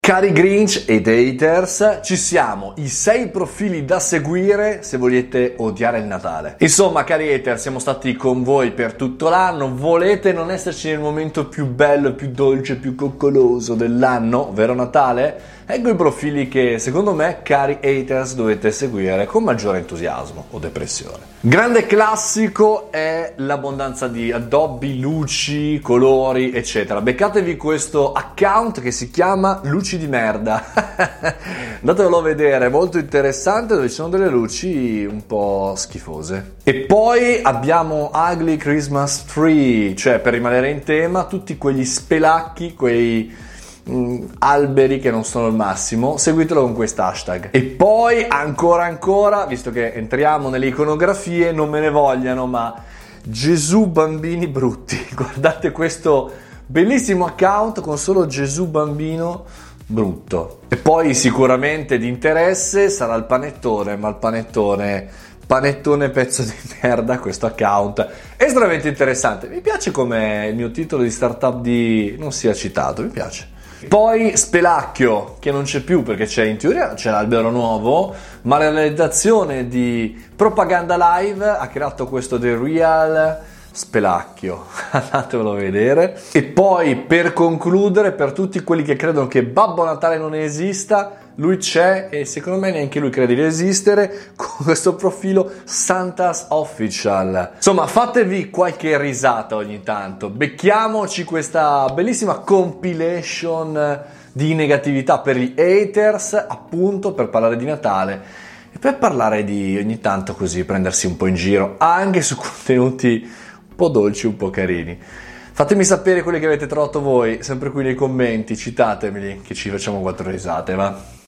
Cari Grinch ed haters, ci siamo, i 6 profili da seguire se volete odiare il Natale. Insomma, cari haters, siamo stati con voi per tutto l'anno, volete non esserci nel momento più bello, più dolce, più coccoloso dell'anno, ovvero Natale? Ecco i profili che, secondo me, cari haters, dovete seguire con maggiore entusiasmo o depressione. Grande classico è l'abbondanza di addobbi, luci, colori, eccetera. Beccatevi questo account che si chiama Luci di Merda. Andatevelo a vedere, è molto interessante, dove ci sono delle luci un po' schifose. E poi abbiamo Ugly Christmas Tree, cioè, per rimanere in tema, tutti quegli spelacchi, quei alberi che non sono il massimo. Seguitelo con quest'hashtag. E poi ancora, visto che entriamo nelle iconografie, non me ne vogliano, ma Gesù bambini brutti. Guardate questo bellissimo account con solo Gesù bambino brutto. E poi sicuramente di interesse sarà il panettone, ma il panettone pezzo di merda, questo account è estremamente interessante. Mi piace come il mio titolo di startup non sia citato, mi piace. Poi Spelacchio, che non c'è più perché in teoria c'è l'albero nuovo, ma la realizzazione di Propaganda Live ha creato questo The Real Spelacchio. Andatevelo a vedere. E poi, per concludere, per tutti quelli che credono che Babbo Natale non esista, lui c'è e secondo me neanche lui crede di esistere, con questo profilo Santa's Official. Insomma, fatevi qualche risata ogni tanto, becchiamoci questa bellissima compilation di negatività per gli haters, appunto per parlare di Natale e per parlare di ogni tanto così prendersi un po' in giro anche su contenuti un po' dolci, un po' carini. Fatemi sapere quelli che avete trovato voi, sempre qui nei commenti, citatemeli che ci facciamo 4 risate, va?